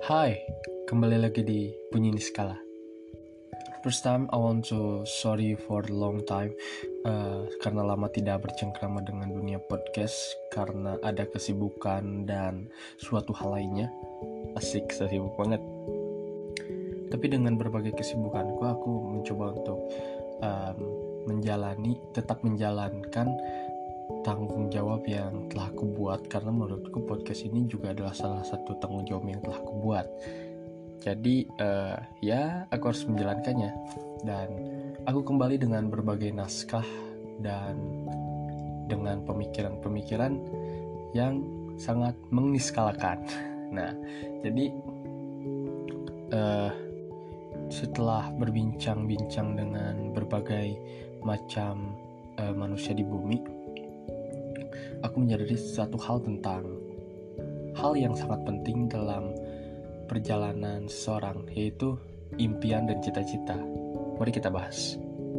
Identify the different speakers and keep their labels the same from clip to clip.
Speaker 1: Hai, kembali lagi di Bunyi Niskala. First time I want to sorry for the long time karena lama tidak bercengkrama dengan dunia podcast karena ada kesibukan dan suatu hal lainnya. Asik, saya sibuk banget. Tapi dengan berbagai kesibukanku, aku mencoba untuk tetap menjalankan tanggung jawab yang telah aku buat, karena menurutku podcast ini juga adalah salah satu tanggung jawab yang telah aku buat. Jadi aku harus menjalankannya. Dan aku kembali dengan berbagai naskah dan dengan pemikiran-pemikiran yang sangat meniskalakan. Nah, jadi setelah berbincang-bincang dengan berbagai macam manusia di bumi, aku menyadari satu hal tentang hal yang sangat penting dalam perjalanan seseorang, yaitu impian dan cita-cita. Mari kita bahas.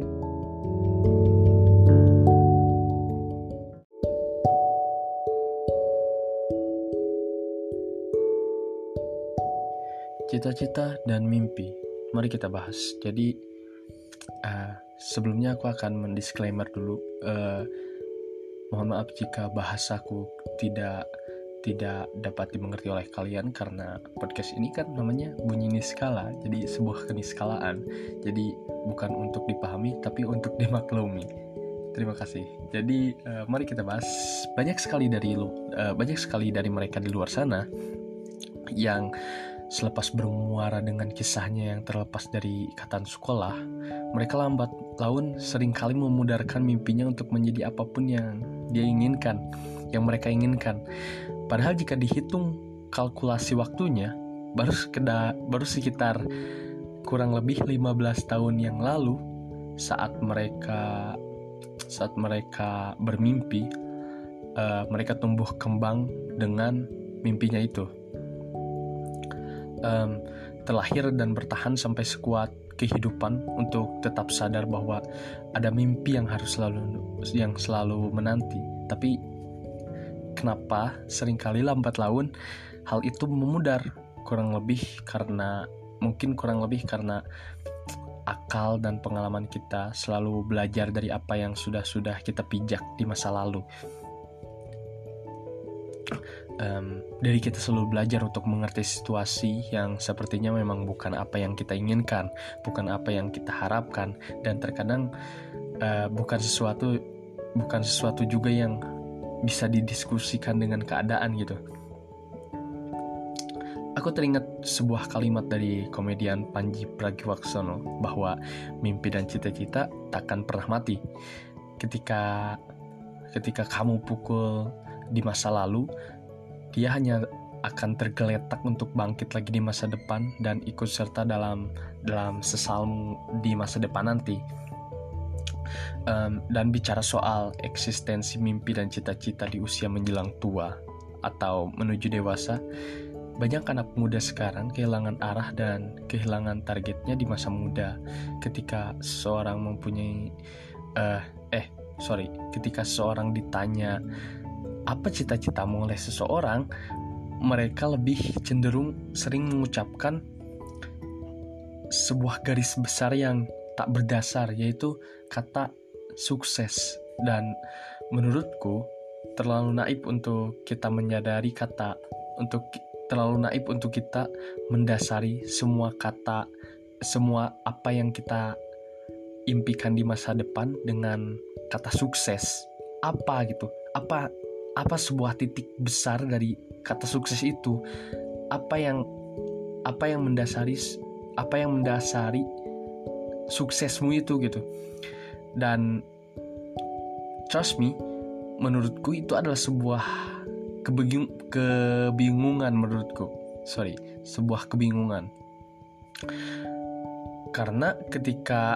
Speaker 1: Cita-cita dan mimpi. Mari kita bahas. Jadi sebelumnya aku akan mendisklaimer dulu. Mohon maaf jika bahasaku tidak dapat dimengerti oleh kalian, karena podcast ini kan namanya Bunyi Niskala, jadi sebuah keniskalaan. Jadi bukan untuk dipahami tapi untuk dimaklumi. Terima kasih. Jadi mari kita bahas. Banyak sekali dari mereka di luar sana yang selepas bermuara dengan kisahnya yang terlepas dari ikatan sekolah, mereka lambat laun seringkali memudarkan mimpinya untuk menjadi apapun yang mereka inginkan. Padahal jika dihitung kalkulasi waktunya, baru sekitar kurang lebih 15 tahun yang lalu, saat mereka bermimpi, mereka tumbuh kembang dengan mimpinya itu. Terlahir dan bertahan sampai sekuat kehidupan untuk tetap sadar bahwa ada mimpi yang selalu menanti. Tapi kenapa seringkali lambat laun hal itu memudar? Kurang lebih karena akal dan pengalaman kita selalu belajar dari apa yang sudah kita pijak di masa lalu. Dari kita selalu belajar untuk mengerti situasi yang sepertinya memang bukan apa yang kita inginkan, bukan apa yang kita harapkan, dan terkadang bukan sesuatu juga yang bisa didiskusikan dengan keadaan gitu. Aku teringat sebuah kalimat dari komedian Pandji Pragiwaksono bahwa mimpi dan cita-cita takkan pernah mati. Ketika kamu pukul di masa lalu, dia hanya akan tergeletak untuk bangkit lagi di masa depan dan ikut serta dalam sesalmu di masa depan nanti. Dan bicara soal eksistensi mimpi dan cita-cita di usia menjelang tua atau menuju dewasa, banyak anak muda sekarang kehilangan arah dan kehilangan targetnya di masa muda. Ketika seseorang ditanya apa cita-citamu oleh seseorang, mereka lebih cenderung sering mengucapkan sebuah garis besar yang tak berdasar, yaitu kata sukses. Dan menurutku terlalu naif untuk kita mendasari semua apa yang kita impikan di masa depan dengan kata sukses. Apa sebuah titik besar dari kata sukses itu? Apa yang mendasari suksesmu itu gitu? Dan trust me, menurutku itu adalah sebuah kebingungan sebuah kebingungan. Karena ketika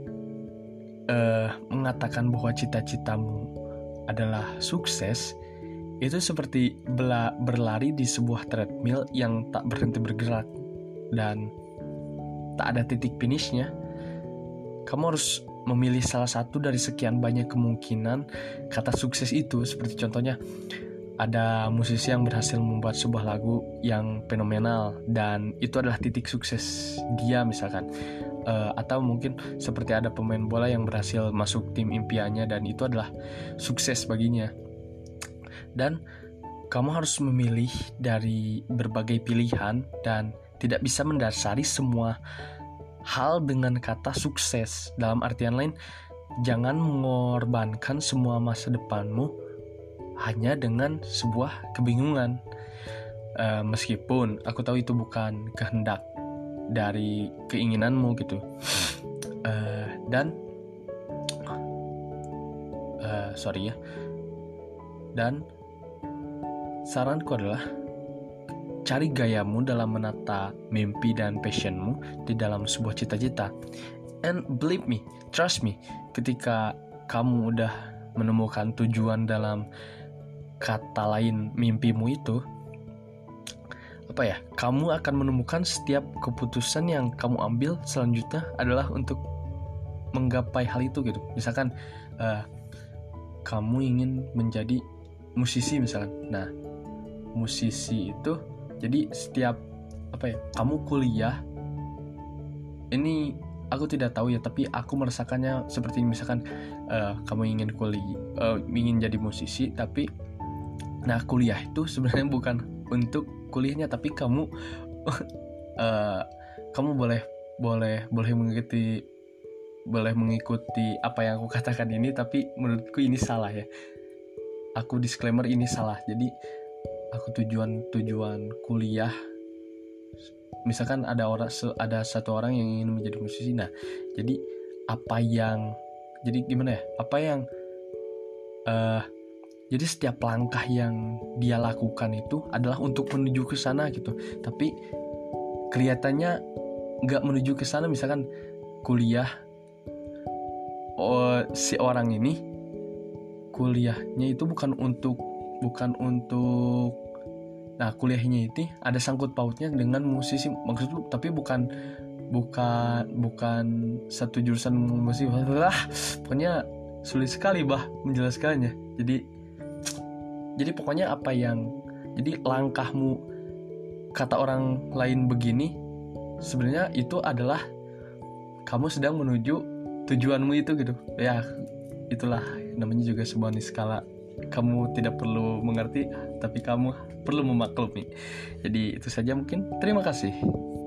Speaker 1: mengatakan bahwa cita-citamu adalah sukses, itu seperti berlari di sebuah treadmill yang tak berhenti bergerak dan tak ada titik finishnya. Kamu harus memilih salah satu dari sekian banyak kemungkinan kata sukses itu. Seperti contohnya, ada musisi yang berhasil membuat sebuah lagu yang fenomenal dan itu adalah titik sukses dia misalkan. Atau mungkin seperti ada pemain bola yang berhasil masuk tim impiannya dan itu adalah sukses baginya. Dan kamu harus memilih dari berbagai pilihan dan tidak bisa mendasari semua hal dengan kata sukses. Dalam artian lain, jangan mengorbankan semua masa depanmu hanya dengan sebuah kebingungan. Meskipun aku tahu itu bukan kehendak dari keinginanmu gitu. Dan saranku adalah cari gayamu dalam menata mimpi dan passionmu di dalam sebuah cita-cita. And believe me, trust me, ketika kamu udah menemukan tujuan dalam kata lain mimpimu itu, kamu akan menemukan setiap keputusan yang kamu ambil selanjutnya adalah untuk menggapai hal itu gitu. Misalkan kamu ingin menjadi musisi misalkan. Nah, musisi itu jadi setiap kamu kuliah, ini aku tidak tahu ya, tapi aku merasakannya seperti ini. Misalkan kamu ingin ingin jadi musisi, tapi kuliah itu sebenarnya bukan untuk kuliahnya, tapi kamu boleh mengikuti apa yang aku katakan ini, tapi menurutku ini salah ya. Aku disclaimer, ini salah. Jadi aku tujuan kuliah, misalkan ada satu orang yang ingin menjadi musisi. Nah, jadi jadi setiap langkah yang dia lakukan itu adalah untuk menuju ke sana gitu. Tapi kelihatannya nggak menuju ke sana. Misalkan kuliah, si orang ini kuliahnya itu bukan untuk kuliahnya itu ada sangkut pautnya dengan musisi maksudku, tapi bukan satu jurusan musik. Pokoknya sulit sekali menjelaskannya. Jadi pokoknya jadi langkahmu, kata orang lain begini, sebenarnya itu adalah kamu sedang menuju tujuanmu itu gitu. Ya, itulah namanya juga sebuah niskala. Kamu tidak perlu mengerti, tapi kamu perlu memaklumi. Jadi itu saja mungkin. Terima kasih.